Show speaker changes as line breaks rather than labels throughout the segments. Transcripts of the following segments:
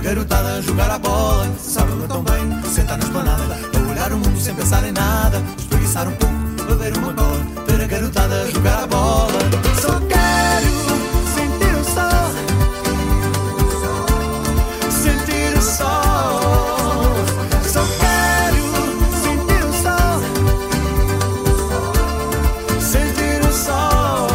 garotada a jogar a bola. Sábado tão bem, sentar na esplanada, a olhar o mundo sem pensar em nada, espreguiçar um pouco, beber uma cola, ver a garotada a jogar a bola. Só quero sentir o sol, sentir o sol. Só quero sentir o sol, sentir o sol.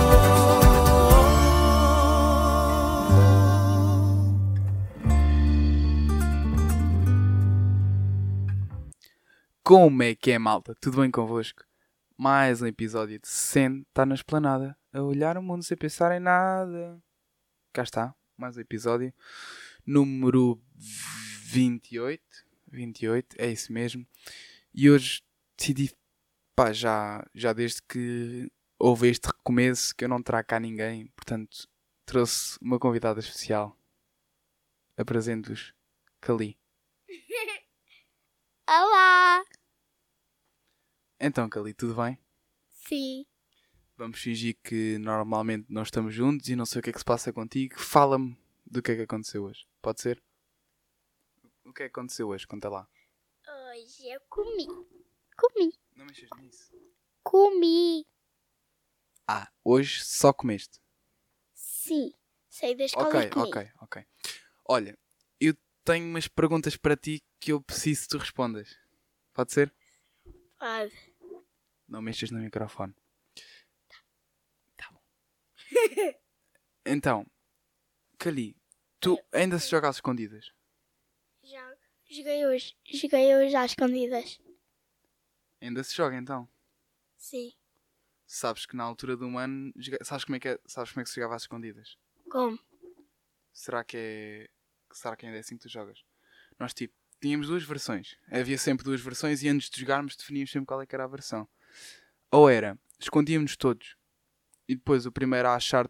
Como é que é, malta? Tudo bem convosco? Mais um episódio de Sentar na Esplanada, a olhar o mundo sem pensar em nada. Cá está, mais um episódio. Número 28. 28, é isso mesmo. E hoje decidi, já desde que houve este recomeço, que eu não trago cá ninguém. Portanto, trouxe uma convidada especial. Apresento-vos, Cali.
Olá!
Então, Cali, tudo bem?
Sim.
Vamos fingir que normalmente nós estamos juntos e não sei o que é que se passa contigo. Fala-me do que é que aconteceu hoje. Pode ser? O que é que aconteceu hoje? Conta lá.
Hoje eu comi.
Não mexas nisso.
Comi.
Hoje só comeste.
Sim. Saí da escola e comi.
Ok. Olha, eu tenho umas perguntas para ti que eu preciso que tu respondas. Pode ser?
Pode.
Não mexas no microfone. Tá bom. Então, Cali, tu ainda se joga às escondidas?
Jogo. Joguei hoje às escondidas.
Ainda se joga então?
Sim.
Sabes que na altura do ano, sabes como é que se jogava às escondidas?
Como?
Será que ainda é assim que tu jogas? Nós tínhamos duas versões. Havia sempre duas versões e antes de jogarmos definíamos sempre qual é que era a versão. Ou era, escondíamos todos e depois o primeiro a achar,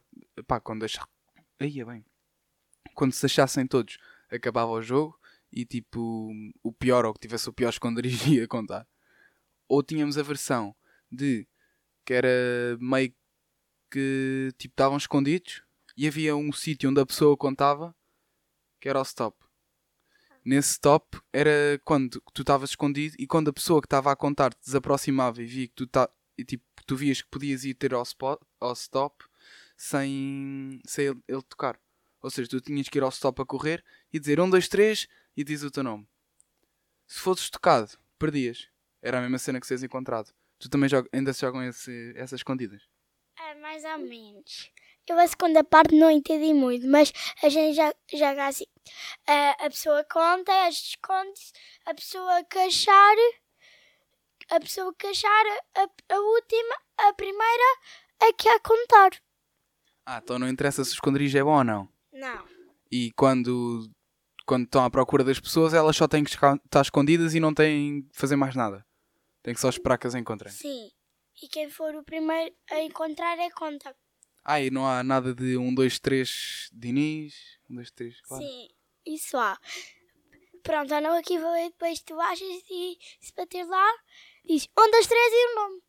quando se achassem todos, acabava o jogo e o pior, ou que tivesse o pior esconderijo ia contar. Ou tínhamos a versão de que era meio que estavam escondidos e havia um sítio onde a pessoa contava que era o stop. Nesse stop era quando tu estavas escondido e quando a pessoa que estava a contar te desaproximava e via que tu vias que podias ir ter ao stop sem ele tocar. Ou seja, tu tinhas que ir ao stop a correr e dizer 1, 2, 3 e diz o teu nome. Se fosses tocado, perdias. Era a mesma cena que seres encontrado. Tu também ainda se jogam essas escondidas?
É mais ou menos. Eu a segunda parte não entendi muito, mas a gente joga assim. A pessoa conta, esconde-se, a pessoa que achar, a última, a primeira, é que a contar.
Então não interessa se o esconderijo é bom ou não.
Não.
E quando estão à procura das pessoas, elas só têm que estar escondidas e não têm que fazer mais nada. Têm que só esperar que as encontrem.
Sim. E quem for o primeiro a encontrar é conta.
E não há nada de 1, 2, 3 Diniz? 1, 2, 3, claro.
Sim, isso há. Pronto, andam aqui, depois tu achas e se bater lá, diz 1, 2, 3 e o nome.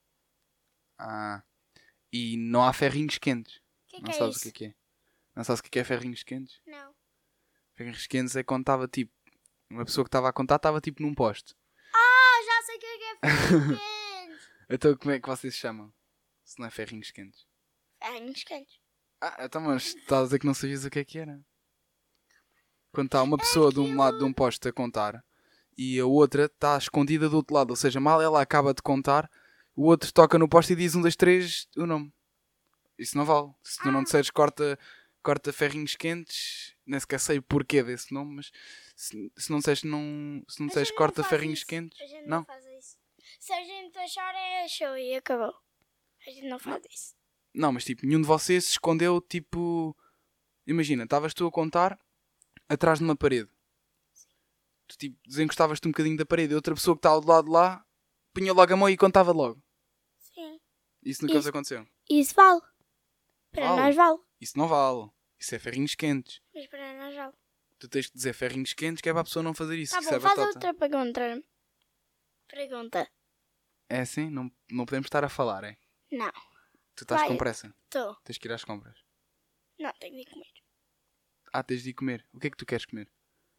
E não há ferrinhos quentes.
Que
não
é
sabes
isso?
o que é? Não sabes o que é ferrinhos quentes?
Não.
Ferrinhos quentes é quando estava uma pessoa que estava a contar estava num poste.
Já sei o que é ferrinhos quentes.
Então como é que vocês chamam? Se não é ferrinhos quentes?
Ferrinhos quentes.
Então mas estás a dizer que não sabias o que era? Quando está uma pessoa de um lado de um poste a contar e a outra está escondida do outro lado. Ou seja, mal ela acaba de contar, o outro toca no poste e diz 1, 2, 3 o nome. Isso não vale. Se tu não disseres corta ferrinhos quentes, nem sequer sei o porquê desse nome, mas se não disseres corta ferrinhos quentes,
A gente
não.
não faz isso. Se a gente achar, achou e acabou. A gente não faz isso.
Não, mas nenhum de vocês se escondeu, imagina, estavas tu a contar atrás de uma parede. Tu desencostavas-te um bocadinho da parede e outra pessoa que estava do lado de lá punha logo a mão e contava logo.
Sim.
Isso nunca vos aconteceu?
Isso vale. Para
Vale.
nós vale.
Isso não vale. Isso é ferrinhos quentes.
Mas para nós vale.
Tu tens que dizer ferrinhos quentes que é para a pessoa não fazer isso.
Tá
Isso
bom,
é
faz
batata.
outra pergunta.
É assim? Não podemos estar a falar, é?
Não.
Tu estás
Vai.
com pressa.
Estou.
Tens que ir às compras.
Não, tenho de comer.
Tens de ir comer. O que é que tu queres comer?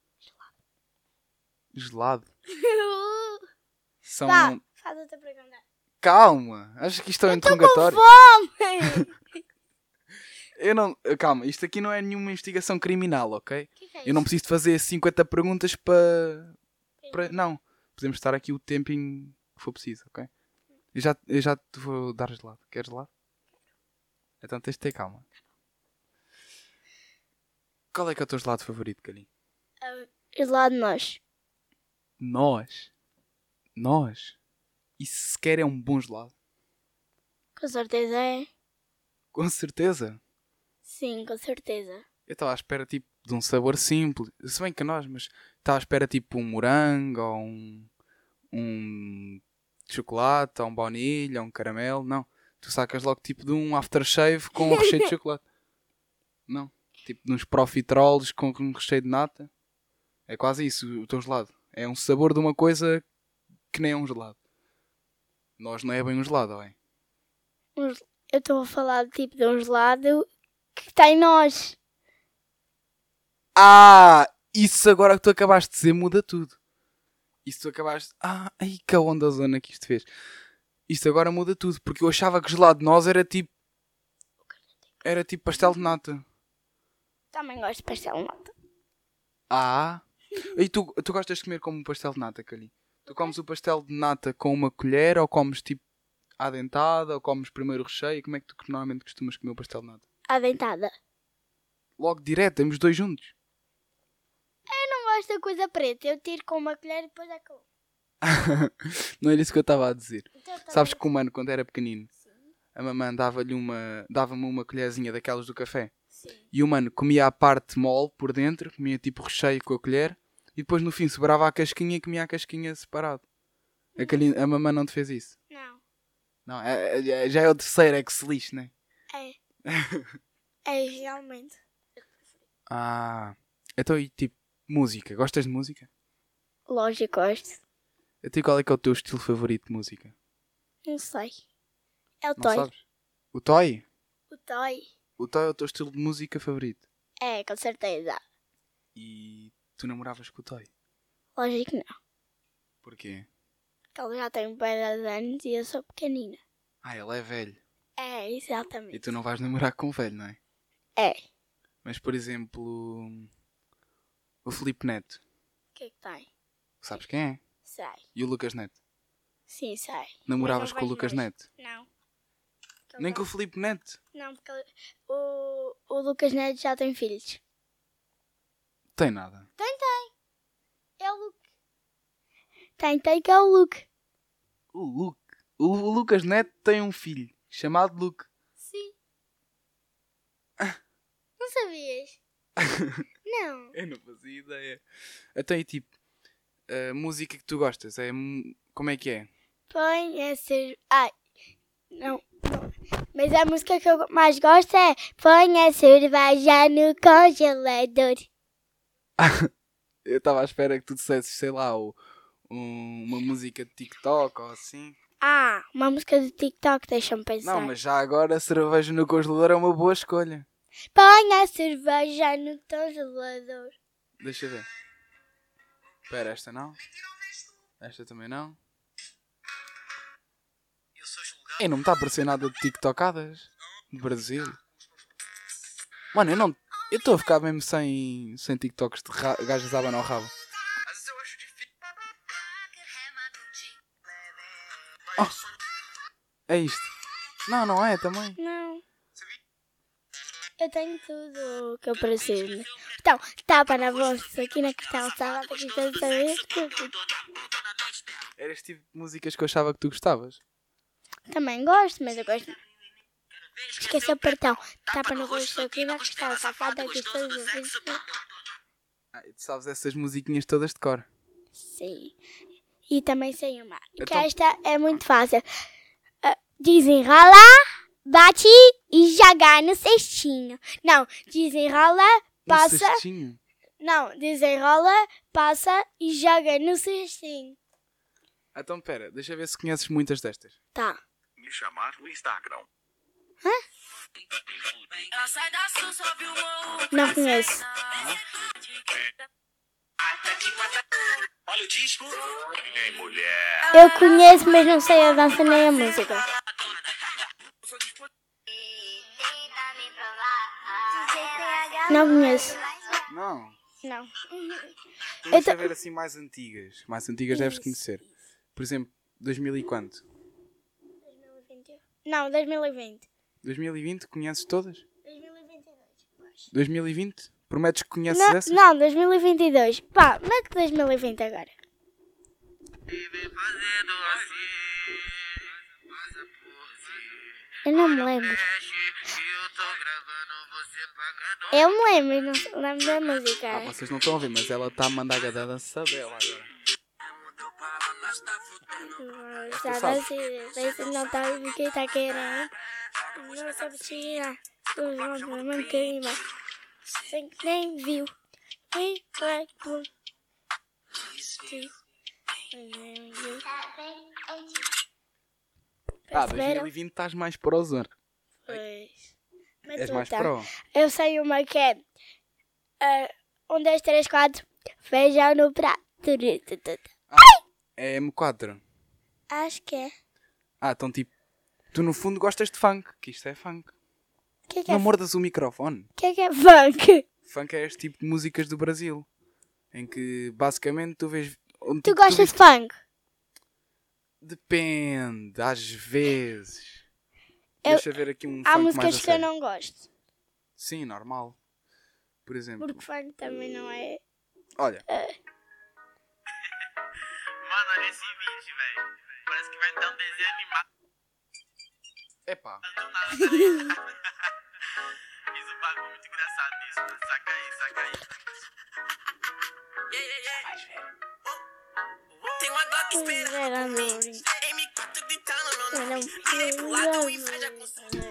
Gelado. São...
Vá, faz outra pergunta.
Calma, acho que isto é um interrogatório.
Fome!
Eu não... Calma, isto aqui não é nenhuma investigação criminal, ok?
Que é
Eu não
isso?
preciso de fazer 50 perguntas para... Não, podemos estar aqui o tempinho que for preciso, ok? Eu já te vou dar gelado. Queres gelado? Então tens de ter calma. Qual é que é o teu gelado favorito, Kalim?
Gelado de nós.
Nós? Isso sequer é um bom gelado?
Com certeza é.
Com certeza.
Sim, com certeza.
Eu estava à espera tipo de um sabor simples. Se bem que nós, mas estava à espera tipo um morango ou um chocolate, ou um baunilha, ou um caramelo. Não. Tu sacas logo tipo de um aftershave com um recheio de chocolate. Não. Tipo de uns profiteroles com um recheio de nata. É quase isso o teu gelado. É um sabor de uma coisa que nem é um gelado. Nós não é bem um gelado, ou é?
Eu estou a falar tipo de um gelado que tem nós.
Ah! Isso agora que tu acabaste de dizer muda tudo. Isso tu acabaste... Ai que onda zona que isto fez. Isto agora muda tudo. Porque eu achava que gelado de nós era tipo... Era tipo pastel de nata.
Também gosto de pastel de nata.
E tu gostas de comer como um pastel de nata, Cali? Tu comes o pastel de nata com uma colher ou comes tipo à dentada ou comes primeiro o recheio? Como é que tu normalmente costumas comer o pastel de nata?
À dentada.
Logo direto, temos dois juntos.
Não gosto da coisa preta. Eu tiro com uma colher e depois é com...
Não era isso que eu estava a dizer.
Então, tá
Sabes
bem.
que o mano, quando era pequenino,
Sim.
a mamãe dava-me uma colherzinha daquelas do café.
Sim.
E o mano comia a parte mole por dentro, comia tipo recheio com a colher, e depois no fim sobrava a casquinha e comia a casquinha separado. A mamãe não te fez isso?
Não.
Não, já é o terceiro, é que se lixe, né?
É. É realmente.
Então e tipo, música, gostas de música?
Lógico, gosto.
Então e qual é que é o teu estilo favorito de música?
Não sei. É o
Não
Toy.
sabes? O Toy?
O Toy.
O Toy é o teu estilo de música favorito?
É, com certeza.
E tu namoravas com o Toy?
Lógico que não.
Porquê?
Porque ele já tem um par de anos e eu sou pequenina.
Ele é velho.
É,
E
exatamente.
tu não vais namorar com um velho, não é?
É.
Mas, por exemplo, o Filipe Neto.
O que é que tem?
Sabes quem é?
Sei.
E o Lucas Neto?
Sim, sei.
Namoravas
Mas não
com o
vejo
Lucas
mais.
Neto?
Não. Porque
Nem
ele
com o Filipe Neto?
Não, porque o Lucas Neto já tem filhos.
Tem nada.
É o Luke. Tem que é o Luke.
O Lucas Neto tem um filho chamado Luke.
Sim. Não sabias? Não.
Eu não fazia ideia. Então e tipo, a música que tu gostas, como é que é?
Põe a ser... Ai, não. Mas a música que eu mais gosto é Põe a cerveja no congelador.
Eu estava à espera que tu dissesses, sei lá, uma música de TikTok ou assim.
Uma música do TikTok, deixa-me pensar.
Não, mas já agora cerveja no congelador é uma boa escolha.
Põe a cerveja no congelador.
Deixa ver. Espera, esta não? Esta também não? E não me está a aparecer nada de TikTokadas no Brasil. Mano, eu estou a ficar mesmo sem TikToks de gajas a abanar o rabo. É isto. Não é também.
Não. Eu tenho tudo o que eu preciso. Então, tapa na bolsa, aqui na calçada, aqui toda vez.
Era este tipo de músicas que eu achava que tu gostavas.
Também gosto, mas eu gosto. Esqueci o partão. Tapa na bolsa, aqui na calçada, safada, aqui toda vez.
E tu sabes essas musiquinhas todas de cor.
Sim. E também sei uma. Que
Então-
esta é muito fácil. Desenrola, bate e joga no cestinho. Não, desenrola,
Um
passa.
cestinho.
Não, desenrola, passa e joga no cestinho.
Então pera, deixa eu ver se conheces muitas destas.
Tá.
Me chamar no Instagram.
Não conheço.
Olha Ei, mulher.
Eu conheço, mas não sei a dança nem a música. Não conheço.
Não.
Não.
Vamos a ver assim mais antigas. Mais antigas deves conhecer. Por exemplo, 2000 e quanto?
2021. Não, 2020.
2020, conheces todas?
2022.
2020? Prometes que conheces
Não,
essas?
não, 2022. Pá, mete 2020 agora. Eu não me lembro. Eu me lembro, não lembro da música.
Vocês não estão a ouvir, mas ela está a mandar a dança dela agora.
Está assim, você não tá o que tá querendo. Não sabe tirar. Os homens não querem mais. Sem que nem viu. Quem vai por.
Ah, 2020 estás mais prozona.
Pois. Mas
És mais
outra,
pró.
eu sei uma que é 1, 2, 3, 4, feijão no prato.
É M4.
Acho que é.
Então tipo, tu no fundo gostas de funk, que isto é funk.
O que é
Não mordas o microfone.
que é funk?
Funk é este tipo de músicas do Brasil, em que basicamente tu vês...
Tu gostas de funk?
Depende, às vezes.
Eu-
Deixa ver aqui um
Há
funk mais
músicas
a
que eu
sério.
não gosto.
Sim, normal. Por exemplo,
Porque funk também não é.
olha,
Mano, olha esse vídeo, velho. Parece que vai ter um desenho animado
epá,
do nada, tá ligado? Fiz um bagulho muito engraçado nisso, mano. Saca aí, saca aí. Tem uma Glock esperando por mim. M4 gritando meu nome. Virei pro lado e inveja com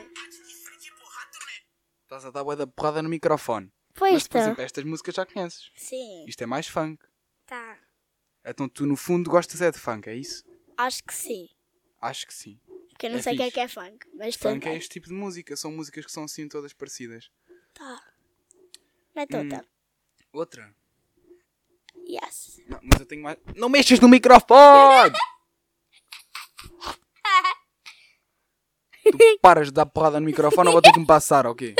estás a dar bué da porrada no microfone.
Pois
Mas, por
está.
exemplo, estas músicas já conheces.
Sim,
Isto é mais funk.
tá.
Então tu no fundo gostas é de funk, é isso?
Acho que sim.
Acho que sim.
Porque eu não
É
sei o
fixe.
que é funk. Mas
Funk é
também.
este tipo de música. São músicas que são assim todas parecidas.
Tá. Mete outra.
Outra?
Yes.
Não, mas eu tenho mais... Não mexas no microfone! Tu paras de dar porrada no microfone ou vou ter que me passar, ok?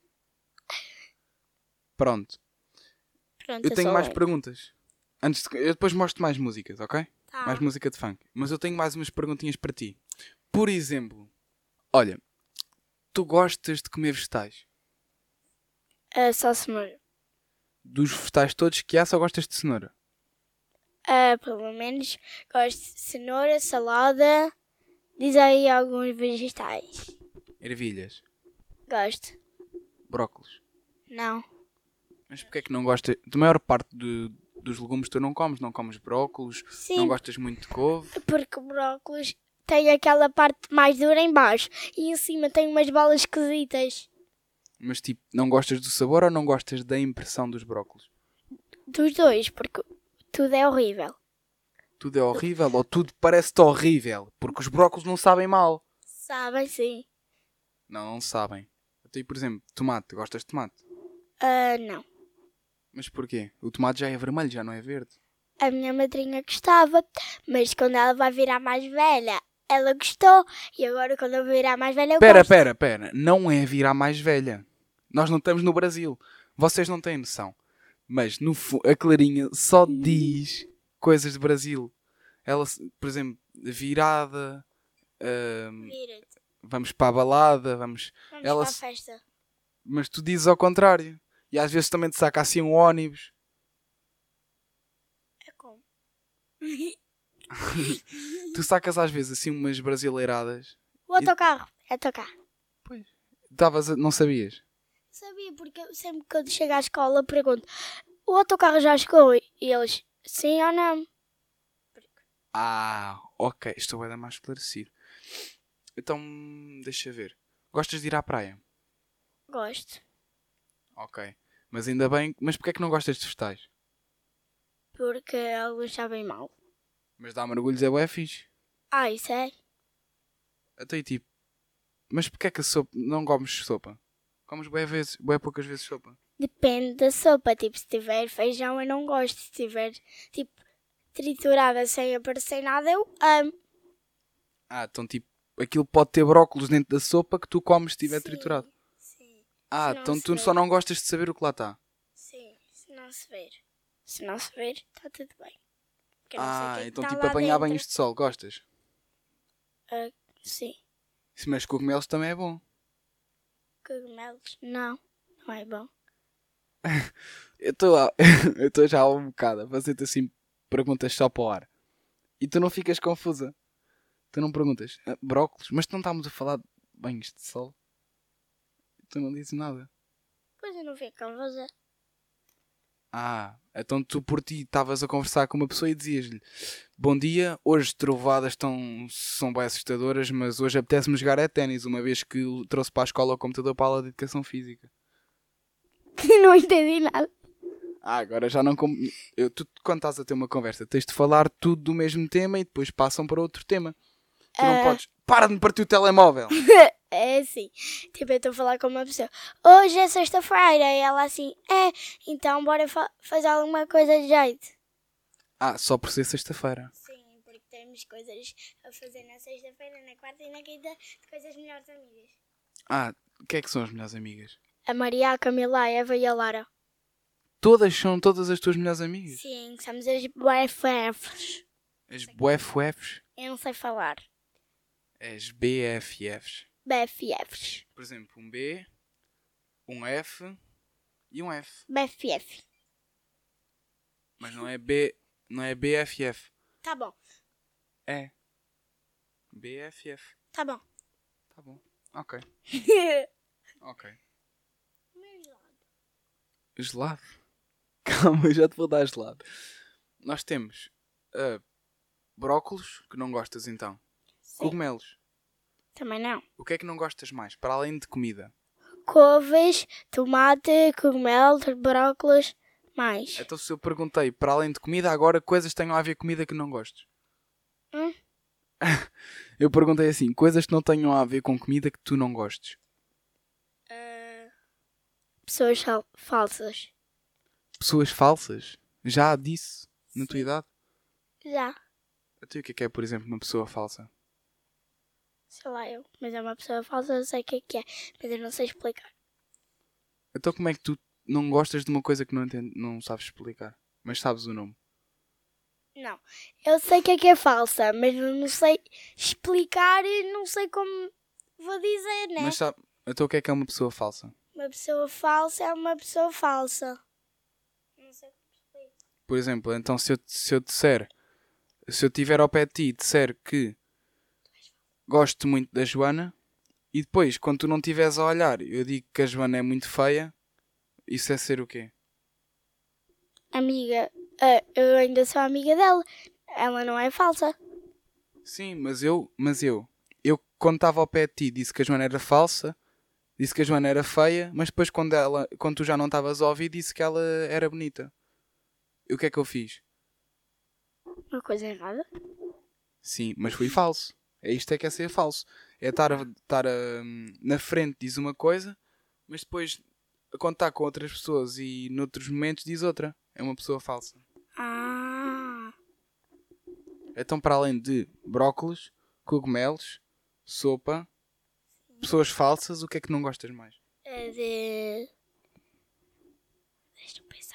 Pronto.
Pronto,
Eu tenho
sou
mais
eu.
perguntas. Eu depois mostro mais músicas, ok?
Tá.
Mais música de funk. Mas eu tenho mais umas perguntinhas para ti. Por exemplo, olha, tu gostas de comer vegetais?
Só cenoura.
Dos vegetais todos que há, só gostas de cenoura?
Pelo menos gosto de cenoura, salada. Diz aí alguns vegetais.
Ervilhas,
Gosto.
brócolos.
Não.
Mas porquê é que não gostas? Da maior parte dos legumes tu não comes? Não comes brócolos?
Sim.
Não gostas muito de couve?
Porque o brócolis tem aquela parte mais dura em baixo. E em cima tem umas bolas esquisitas.
Mas tipo, não gostas do sabor ou não gostas da impressão dos brócolos?
Dos dois, porque tudo é horrível.
Tudo é horrível ou tudo parece-te horrível? Porque os brócolos não sabem mal.
Sabem, sim.
Não sabem. Então, por exemplo, tomate. Gostas de tomate?
Não.
Mas porquê? O tomate já é vermelho, já não é verde.
A minha madrinha gostava, mas quando ela vai virar mais velha, ela gostou. E agora quando eu virar mais velha, eu gosto.
Pera. Não é virar mais velha. Nós não estamos no Brasil. Vocês não têm noção. Mas no a Clarinha só diz coisas de Brasil. Ela, por exemplo, virada,
Vira-te.
vamos para a balada, vamos...
Vamos
Ela
para a festa.
Mas tu dizes ao contrário. E às vezes também te saca assim um ónibus.
É como?
Tu sacas às vezes assim umas brasileiradas.
O autocarro. É autocarro.
Não sabias?
Sabia, porque eu sempre que eu chego à escola pergunto: o autocarro já chegou? E eles, sim ou não?
Ok. Estou bem mais esclarecido. Então, deixa ver. Gostas de ir à praia?
Gosto.
Ok. Mas ainda bem... Mas porquê é que não gostas de vegetais?
Porque alguns sabem mal.
Mas dar mergulhos é bué fixe.
Isso é?
Até aí, tipo... Mas porquê é que a sopa... Não comes sopa? Comes bué poucas vezes sopa.
Depende da sopa. Tipo, se tiver feijão eu não gosto. Se tiver, tipo, triturada sem aparecer nada, eu amo.
Então tipo, aquilo pode ter brócolos dentro da sopa que tu comes se estiver
Sim,
triturado.
Sim.
Ah,
Se não
então
se
tu
vê.
só não gostas de saber o que lá está.
Sim, se não se ver. Se não se ver, está tudo bem. Porque eu não sei o que é que
Então
tá
tipo
lá
apanhar
dentro.
banhos de sol, gostas?
Sim.
Mas cogumelos também é bom.
Cogumelos? Não, não é bom.
Eu estou já há um bocado a fazer-te assim perguntas só para o ar. E tu não ficas confusa. Tu não perguntas, brócolos? Mas tu não estamos a falar de banhos de sol? Tu não dizes nada.
Pois eu não fico confusa.
Então tu por ti estavas a conversar com uma pessoa e dizias-lhe: bom dia, hoje trovadas são bem assustadoras, mas hoje apetece-me jogar a ténis, uma vez que trouxe para a escola o computador para a aula de educação física.
Não entendi nada.
Agora já não... Tu, quando estás a ter uma conversa, tens de falar tudo do mesmo tema e depois passam para outro tema. Tu não podes... Para de me partir o telemóvel!
É assim, tipo, eu estou a falar com uma pessoa. Hoje é sexta-feira. E ela assim, então bora fazer alguma coisa de jeito.
Só por ser sexta-feira.
Sim, porque temos coisas a fazer na sexta-feira, na quarta e na quinta, de coisas melhores amigas.
O que é que são as melhores amigas?
A Maria, a Camila, a Eva e a Lara.
São todas as tuas melhores amigas?
Sim, somos as BFFs.
As BFFs?
Eu não sei falar.
As BFFs.
BFFs.
Por exemplo, um B, um F e um F.
BFF.
Mas não é B, não é BFF.
Tá bom.
É BFF.
Tá bom.
Tá bom. Ok. Ok. Gelado? Calma, eu já te vou dar gelado. Nós temos brócolos, que não gostas então.
Sim.
Cogumelos.
Também não.
O que é que não gostas mais, para além de comida?
Couves, tomate, cogumelos, brócolis, mais.
Então se eu perguntei, para além de comida, agora coisas que tenham a ver com comida que não gostes. Eu perguntei assim, coisas que não tenham a ver com comida que tu não gostes.
Pessoas falsas.
Pessoas falsas? Já disse na tua idade?
Já.
Até o que é, por exemplo, uma pessoa falsa?
Sei lá eu. Mas é uma pessoa falsa, eu sei o que é. Mas eu não sei explicar.
Então como é que tu não gostas de uma coisa que não sabes explicar, mas sabes o nome?
Não. Eu sei o que é falsa, mas eu não sei explicar e não sei como vou dizer, né?
Mas sabe, então o que é uma pessoa falsa?
Uma pessoa falsa é uma pessoa falsa. Não sei como explicar.
Por exemplo, então se eu disser, se eu estiver ao pé de ti e disser que gosto muito da Joana e depois, quando tu não estiveres a olhar, eu digo que a Joana é muito feia, isso é ser o quê?
Amiga, eu ainda sou amiga dela. Ela não é falsa.
Sim, mas eu quando estava ao pé de ti disse que a Joana era falsa, disse que a Joana era feia, mas depois quando tu já não estavas a ouvir disse que ela era bonita. E o que é que eu fiz?
Uma coisa errada.
Sim, mas fui falso. É isto é que é ser falso. É estar na frente diz uma coisa, mas depois quando está com outras pessoas e noutros momentos diz outra. É uma pessoa falsa. Então para além de brócolis, cogumelos, sopa, pessoas falsas, o que é que não gostas mais?
É de... Deixa eu pensar.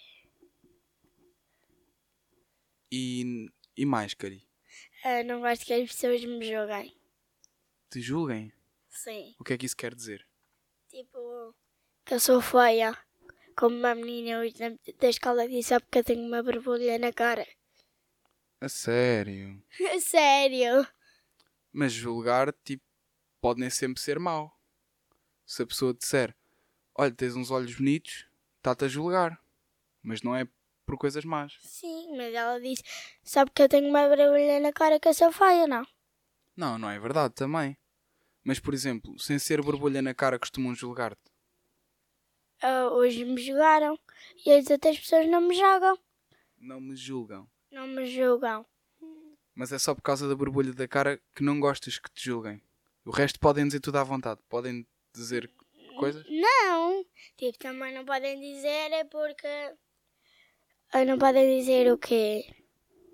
E mais, Cari?
Não gosto que as pessoas me julguem.
Te julguem?
Sim.
O que é que isso quer dizer?
Tipo, que eu sou feia. Como uma menina hoje da escola disse, só porque eu tenho uma borbulha na cara.
A sério?
Sério?
Mas julgar, tipo, pode nem sempre ser mau. Se a pessoa disser, olha, tens uns olhos bonitos, está-te a julgar. Mas não é por coisas más.
Sim, mas ela disse, só porque eu tenho uma borbulha na cara que eu sou feia, não?
Não é verdade também. Mas, por exemplo, sem ser borbulha na cara, costumam julgar-te.
Hoje me julgaram e as outras pessoas não me julgam.
Não me julgam.
Não me julgam.
Mas é só por causa da borbulha da cara que não gostas que te julguem. O resto podem dizer tudo à vontade. Podem dizer coisas.
Não. Tipo, também não podem dizer é porque... Não podem dizer o quê?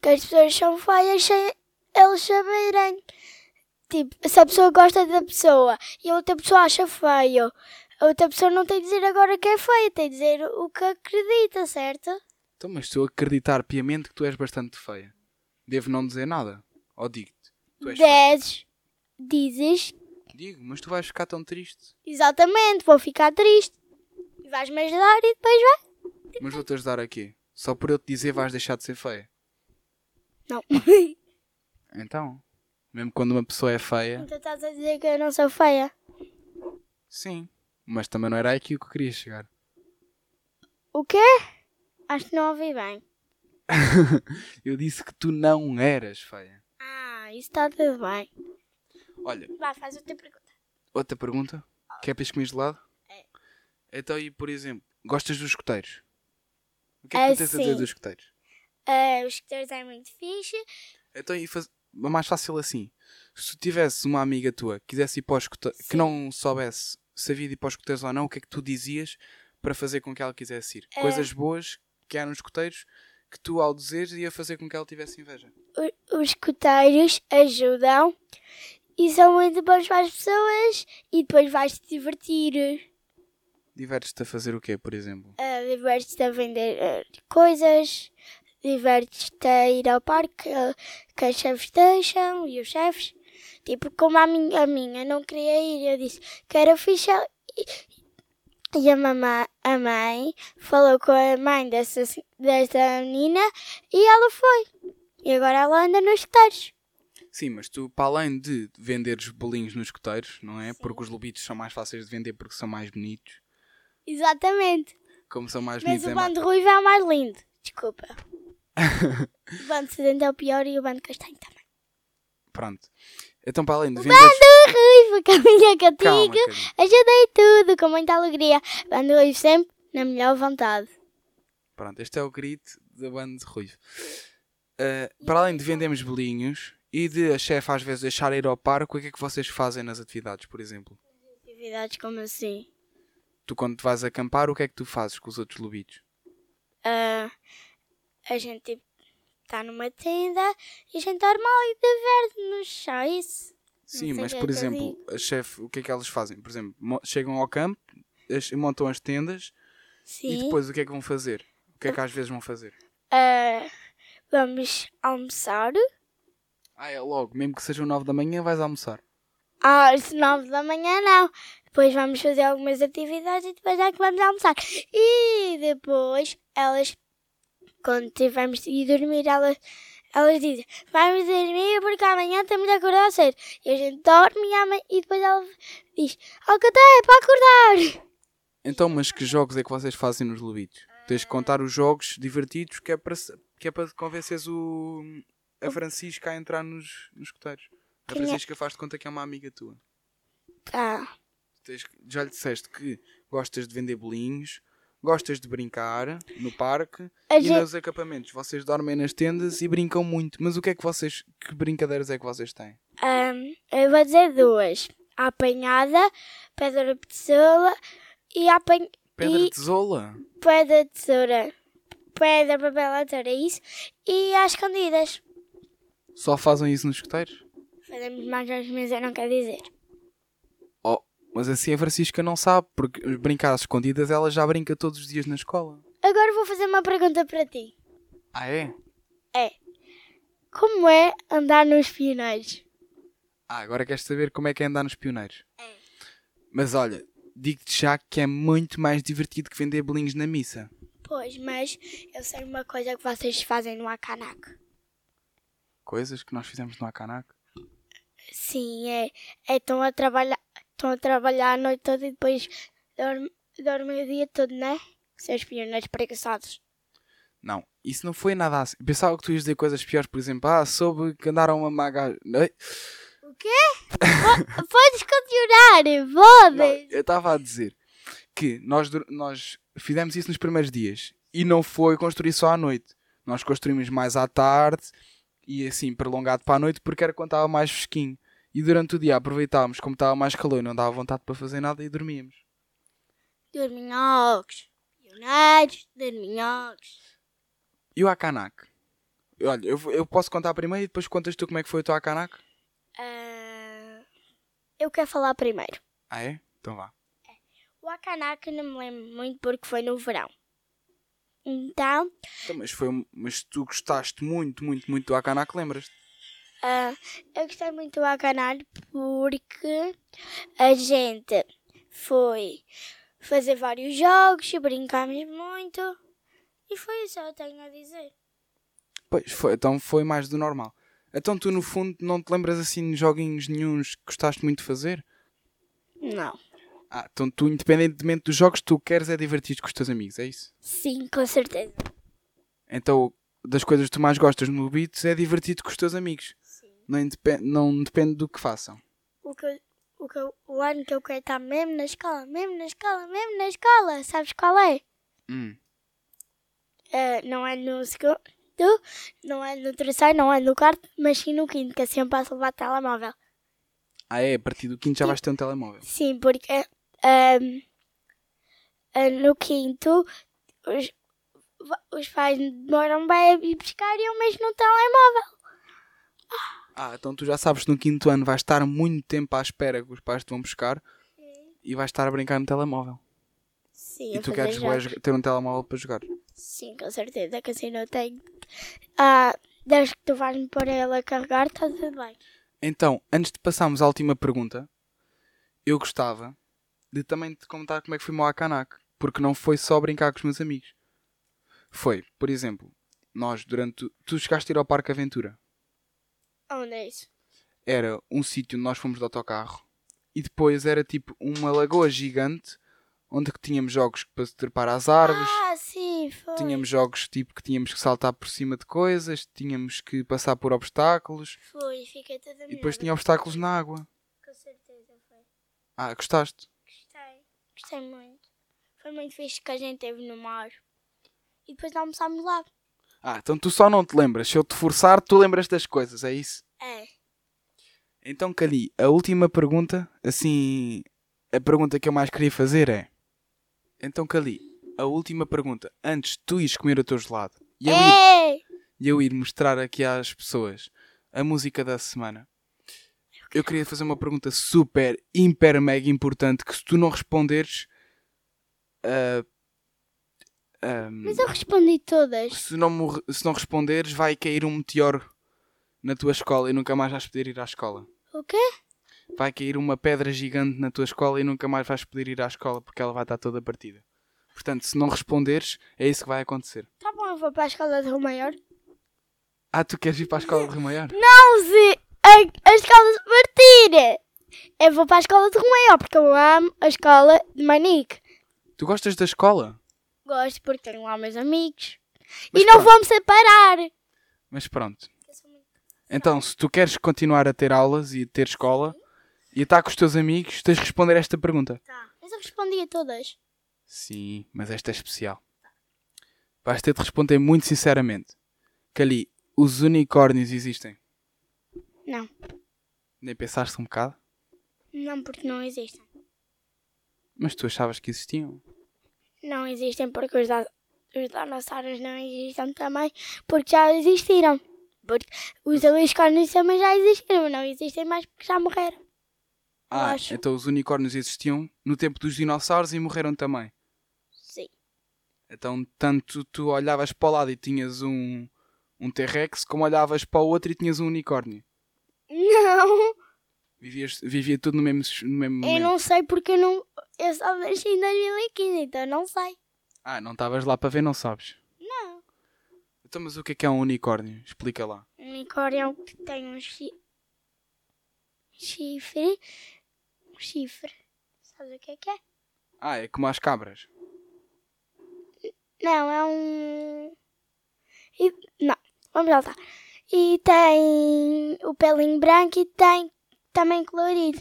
que as pessoas são feias sem eles saberem. Tipo, se a pessoa gosta da pessoa e a outra pessoa acha feio, a outra pessoa não tem de dizer agora que é feia, tem de dizer o que acredita, certo?
Então, mas se eu acreditar piamente que tu és bastante feia, devo não dizer nada? Ou digo-te, tu és feia?
Dizes,
Digo, mas tu vais ficar tão triste.
exatamente, vou ficar triste. E vais-me ajudar e depois vai.
Mas vou-te ajudar aqui. Só por eu te dizer vais deixar de ser feia.
Não.
Então, mesmo quando uma pessoa é feia,
Então estás a dizer que eu não sou feia.
sim. Mas também não era aqui o que eu queria chegar.
O quê? Acho que não ouvi bem.
Eu disse que tu não eras feia.
Ah, isso está tudo bem.
Olha,
Vai, faz outra pergunta.
outra pergunta. Quer peixe comigo gelado?
É.
Então, e por exemplo, gostas dos escoteiros? O que é que tu tens a dizer
sim.
dos escoteiros?
Os escuteiros é muito fixe.
Então, mais fácil assim. Se tu tivesse uma amiga tua que quisesse ir para os escoteiros, que não soubesse se havia de ir para os escoteiros ou não, o que é que tu dizias para fazer com que ela quisesse ir? Coisas boas que eram escoteiros que tu, ao dizeres, ia fazer com que ela tivesse inveja.
Os escuteiros ajudam e são muito bons para as pessoas e depois vais-te divertir.
Divertes-te a fazer o quê, por exemplo?
Divertes-te a vender coisas, divertes-te a ir ao parque que os chefes deixam e os chefes. Tipo, como a minha não queria ir, eu disse que era fixe. E a mãe falou com a mãe dessa menina e ela foi. E agora ela anda nos escuteiros.
Sim, mas tu, para além de venderes bolinhos nos escoteiros, não é? Sim. Porque os lobitos são mais fáceis de vender porque são mais bonitos.
Exatamente.
Como são mais
mas
bonitos...
Mas o bando ruivo é o mais lindo. Desculpa. O bando cinzento é o pior e o bando castanho também.
Pronto. Então, para além de
venderes... Bando ruivo, caminha contigo, ajudei tudo com muita alegria. Bando ruivo sempre na melhor vontade.
Pronto, este é o grito da banda de ruivo. Para além de vendermos bolinhos e de a chefe às vezes deixar ir ao parque, o que é que vocês fazem nas atividades, por exemplo?
Atividades como assim?
Tu, quando te vais acampar, o que é que tu fazes com os outros lobitos?
A gente está numa tenda e a gente dorme e diverte-nos, só isso.
Sim, mas por exemplo, a chefe, o que é que elas fazem? Por exemplo, chegam ao campo, montam as tendas. Sim. E depois o que é que vão fazer? O que é que às vezes vão fazer?
Vamos almoçar.
É logo, mesmo que sejam 9 da manhã, vais almoçar.
Se 9 da manhã não. Depois vamos fazer algumas atividades e depois é que vamos almoçar. E depois elas, quando tivermos de ir dormir, elas dizem, vamos dormir porque amanhã temos de acordar cedo. E a gente dorme e depois ela diz, Alcateia, para acordar.
Então, mas que jogos é que vocês fazem nos lobitos? Tens de contar os jogos divertidos que é para convenceres a Francisca a entrar nos escoteiros. A Francisca faz de conta que é uma amiga tua.
Tá.
Já lhe disseste que gostas de vender bolinhos, gostas de brincar no parque e nos acampamentos. Vocês dormem nas tendas e brincam muito. Mas que brincadeiras é que vocês têm?
Eu vou dizer duas. A apanhada, pedra de tesoura e
Pedra de tesoura?
Pedra de tesoura. Pedra, papel, tesoura, é isso. E às escondidas.
Só fazem isso nos escoteiros?
Fazemos mais às vezes, eu não quero dizer.
Mas assim a Francisca não sabe, porque brincar às escondidas ela já brinca todos os dias na escola.
Agora vou fazer uma pergunta para ti.
É?
É. Como é andar nos pioneiros?
Agora queres saber como é que é andar nos pioneiros? É. Mas olha, digo-te já que é muito mais divertido que vender bolinhos na missa.
Pois, mas eu sei uma coisa que vocês fazem no Acanac.
Coisas que nós fizemos no Acanac?
Sim, estão a trabalhar a noite toda e depois dormem o dia todo, não é? Seus pioneiros preguiçosos.
Não, isso não foi nada assim. Pensava que tu ias dizer coisas piores, por exemplo, soube que andaram a magar...
O quê? Podes continuar, podes.
Eu estava a dizer que nós fizemos isso nos primeiros dias e não foi construir só à noite. Nós construímos mais à tarde e assim prolongado para a noite porque era quando estava mais fresquinho. E durante o dia aproveitávamos, como estava mais calor e não dava vontade para fazer nada e dormíamos.
Dorminhocos. Pioneiros, dorminhocos.
E o Acanac? Olha, eu posso contar primeiro e depois contas tu como é que foi o teu Akanak?
Eu quero falar primeiro.
Ah, é? Então vá.
O Akanak não me lembro muito porque foi no verão. Então,
Mas tu gostaste muito, muito, muito do Akanak, lembras-te?
eu gostei muito do Akanak porque a gente foi fazer vários jogos e brincámos muito. E foi isso que eu tenho a dizer.
Pois, então foi mais do normal. Então tu, no fundo, não te lembras assim de joguinhos nenhuns que gostaste muito de fazer?
Não.
Então tu, independentemente dos jogos, tu queres é divertir-te com os teus amigos, é isso?
Sim, com certeza.
Então, das coisas que tu mais gostas no Beats é divertir-te com os teus amigos.
Sim.
Não depende do que façam.
O ano que eu quero estar mesmo na escola, sabes qual é? Não é no segundo, não é no terceiro, não é no quarto, mas sim no quinto, que assim eu posso levar telemóvel.
É? A partir do quinto já vais ter um telemóvel.
Sim, porque no quinto os pais demoram bem a ir buscar e eu mesmo no telemóvel.
Então tu já sabes que no quinto ano vais estar muito tempo à espera que os pais te vão buscar e vais estar a brincar no telemóvel.
Sim,
E tu queres ter um telemóvel para jogar.
Sim, com certeza, que assim não tenho. Desde que tu vais-me pôr ela a carregar, está tudo bem.
Então, antes de passarmos à última pergunta, eu gostava de também te contar como é que foi o meu Akanak. Porque não foi só brincar com os meus amigos. Foi, por exemplo, nós tu chegaste a ir ao Parque Aventura.
Onde é isso?
Era um sítio onde nós fomos de autocarro. E depois era tipo uma lagoa gigante onde tínhamos jogos para se trepar às árvores.
Sim, foi.
Tínhamos jogos tipo que tínhamos que saltar por cima de coisas. Tínhamos que passar por obstáculos.
Foi, fiquei toda
E depois tinha obstáculos na água.
Com certeza foi.
Gostaste?
Gostei muito. Foi muito fixe que a gente teve no mar. E depois almoçámos lá.
Então tu só não te lembras. Se eu te forçar, tu lembras das coisas, é isso?
É.
Então, Cali, a última pergunta, assim, a pergunta que eu mais queria fazer é... Então, Cali, a última pergunta, antes de tu ires comer o teu gelado e eu ir mostrar aqui às pessoas a música da semana, eu queria fazer uma pergunta super, hiper, mega importante que se tu não responderes...
Mas eu respondi todas.
Se não responderes, vai cair um meteoro na tua escola e nunca mais vais poder ir à escola.
O quê?
Vai cair uma pedra gigante na tua escola e nunca mais vais poder ir à escola porque ela vai estar toda partida. Portanto, se não responderes, é isso que vai acontecer.
Tá bom, eu vou para a escola de Rio Maior.
Tu queres ir para a escola de Rio Maior?
Não, se a escola se partir. Eu vou para a escola de Rio Maior porque eu amo a escola de Manique.
Tu gostas da escola?
Gosto porque tenho lá meus amigos.
Mas
e não
pronto.
vou-me separar.
Mas pronto. Então, se tu queres continuar a ter aulas e a ter escola e a estar com os teus amigos, tens de responder esta pergunta.
Tá. Mas eu respondi a todas.
Sim, mas esta é especial. Vais ter de responder muito sinceramente. Cali, os unicórnios existem?
Não.
Nem pensaste um bocado?
Não, porque não existem.
Mas tu achavas que existiam?
Não existem porque os dinossauros não existem também porque já existiram. Porque os unicórnios também já existiram, não existem mais porque já morreram. Acho.
Então os unicórnios existiam no tempo dos dinossauros e morreram também.
Sim.
Então tanto tu olhavas para o lado e tinhas um T-Rex, como olhavas para o outro e tinhas um unicórnio.
Não.
Vivia tudo no mesmo momento.
Eu não sei porque eu só nasci em 2015, então eu não sei.
Não estavas lá para ver, não sabes?
Não.
Então, mas o que é um unicórnio? Explica lá.
Um unicórnio é um que tem um chifre. Um chifre. Sabe o que é?
É como as cabras.
Não, é um... Não, vamos voltar. E tem o pelinho branco e tem também colorido.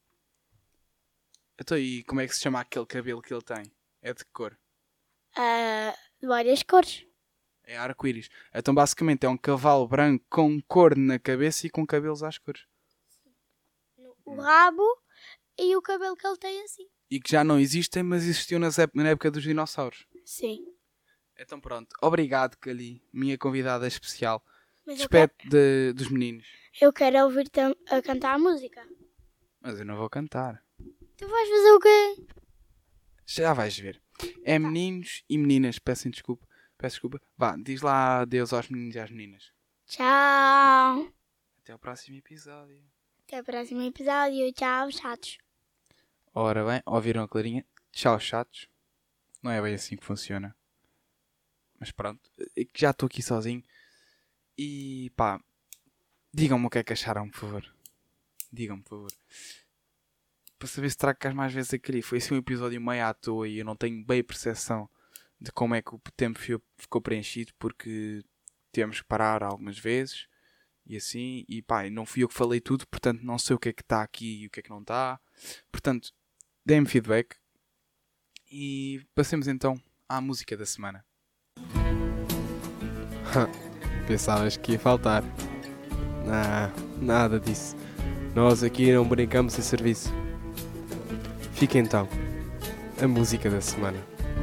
Então, e como é que se chama aquele cabelo que ele tem? É de que cor?
De várias cores.
É arco-íris. Então, basicamente, é um cavalo branco com cor na cabeça e com cabelos às cores.
O rabo e o cabelo que ele tem assim.
E que já não existem, mas existiu na época dos dinossauros.
Sim.
Então, pronto. Obrigado, Cali, minha convidada especial.
Mas
Despede dos meninos.
eu quero ouvir-te a cantar a música.
Mas eu não vou cantar.
Tu vais fazer o quê?
Já vais ver. É meninos e meninas. Peço desculpa. Vá, diz lá adeus aos meninos e às meninas.
Tchau.
Até ao próximo episódio.
Até o próximo episódio. Tchau, chatos.
Ora bem, ouviram a Clarinha? Tchau, chatos. Não é bem assim que funciona. Mas pronto, já estou aqui sozinho. E pá, digam-me o que é que acharam, por favor. Digam-me, por favor. Para saber se trago cá mais vezes a querer. Foi assim um episódio meio à toa e eu não tenho bem a percepção de como é que o tempo ficou preenchido, porque tivemos que parar algumas vezes e assim. E pá, não fui eu que falei tudo, portanto não sei o que é que está aqui e o que é que não está. Portanto, deem-me feedback. E passemos então à música da semana.
Pensavas que ia faltar. Nada disso. Nós aqui não brincamos em serviço. Fica então a música da semana.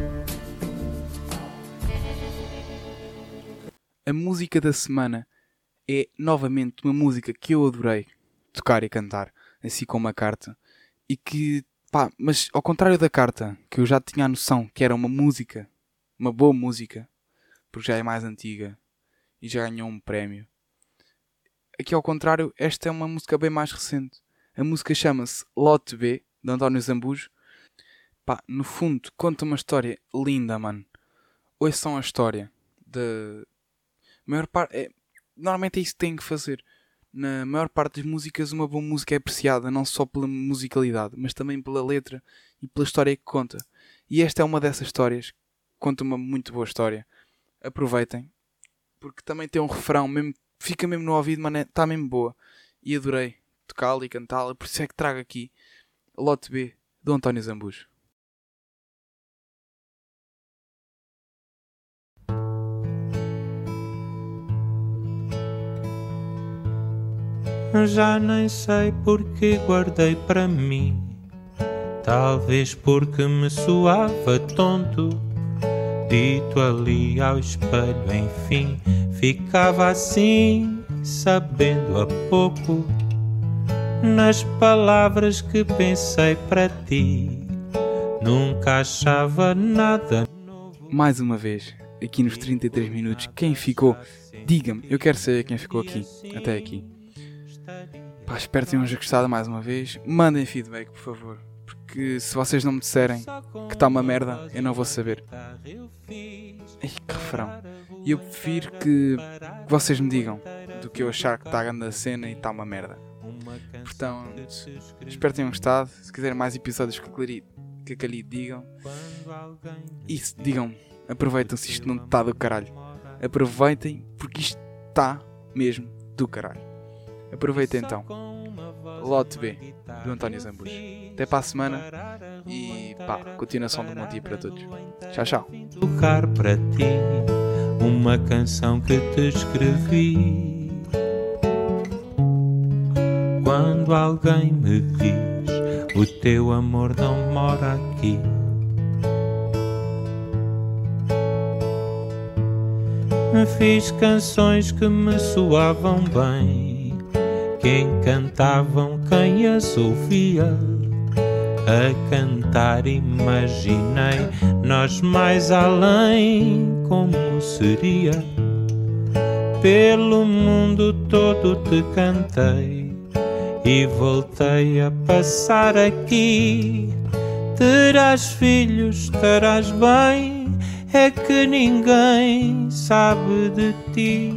A música da semana é novamente uma música que eu adorei tocar e cantar, assim como a carta. E que, pá, mas ao contrário da carta, que eu já tinha a noção que era uma música, uma boa música, porque já é mais antiga e já ganhou um prémio. Aqui ao contrário, esta é uma música bem mais recente. A música chama-se Lote B, de António Zambujo. Pá, no fundo, conta uma história linda, mano. Ouçam a história. Maior parte, normalmente é isso que têm que fazer. Na maior parte das músicas, uma boa música é apreciada não só pela musicalidade, mas também pela letra e pela história que conta. E esta é uma dessas histórias. Conta uma muito boa história. Aproveitem, porque também tem um refrão, mesmo, fica mesmo no ouvido, mas está mesmo boa. E adorei tocá-la e cantá-la, por isso é que trago aqui Lote B, do António Zambujo.
Já nem sei porque guardei para mim. Talvez porque me soava tonto. Dito ali ao espelho, enfim, ficava assim, sabendo a pouco. Nas palavras que pensei para ti, nunca achava nada novo.
Mais uma vez, aqui nos 33 minutos, quem ficou? Diga-me, eu quero saber quem ficou aqui, até aqui. Pá, espero que tenham gostado mais uma vez. Mandem feedback, por favor. Porque se vocês não me disserem que está uma merda, eu não vou saber. Ai, que refrão. E eu prefiro que vocês me digam do que eu achar que está a grande cena e está uma merda. Portanto, espero que tenham gostado. Se quiserem mais episódios que a Calide digam. E digam, aproveitem se isto não está do caralho. Aproveitem porque isto está mesmo do caralho. Aproveitem então. Lote B, do António Zambujo. Até para a semana e pá, continuação do bom dia para todos. Tchau, tchau.
Tocar para ti uma canção que te escrevi. Quando alguém me diz o teu amor não mora aqui. Fiz canções que me soavam bem, que encantavam quem as ouvia. A cantar imaginei nós mais além, como seria. Pelo mundo todo te cantei e voltei a passar aqui. Terás filhos, estarás bem, é que ninguém sabe de ti.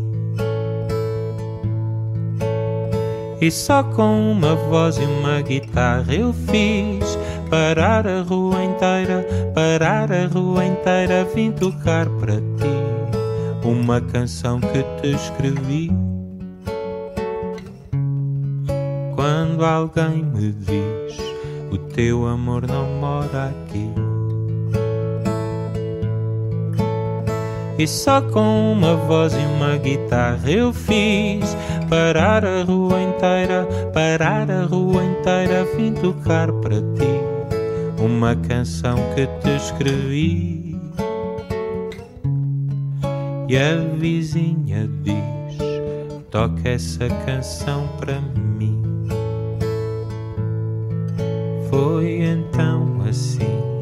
E só com uma voz e uma guitarra eu fiz parar a rua inteira, parar a rua inteira. Vim tocar para ti uma canção que te escrevi. Quando alguém me diz o teu amor não mora aqui. E só com uma voz e uma guitarra eu fiz parar a rua inteira, parar a rua inteira. Vim tocar para ti uma canção que te escrevi. E a vizinha diz toca essa canção para mim. Foi então assim.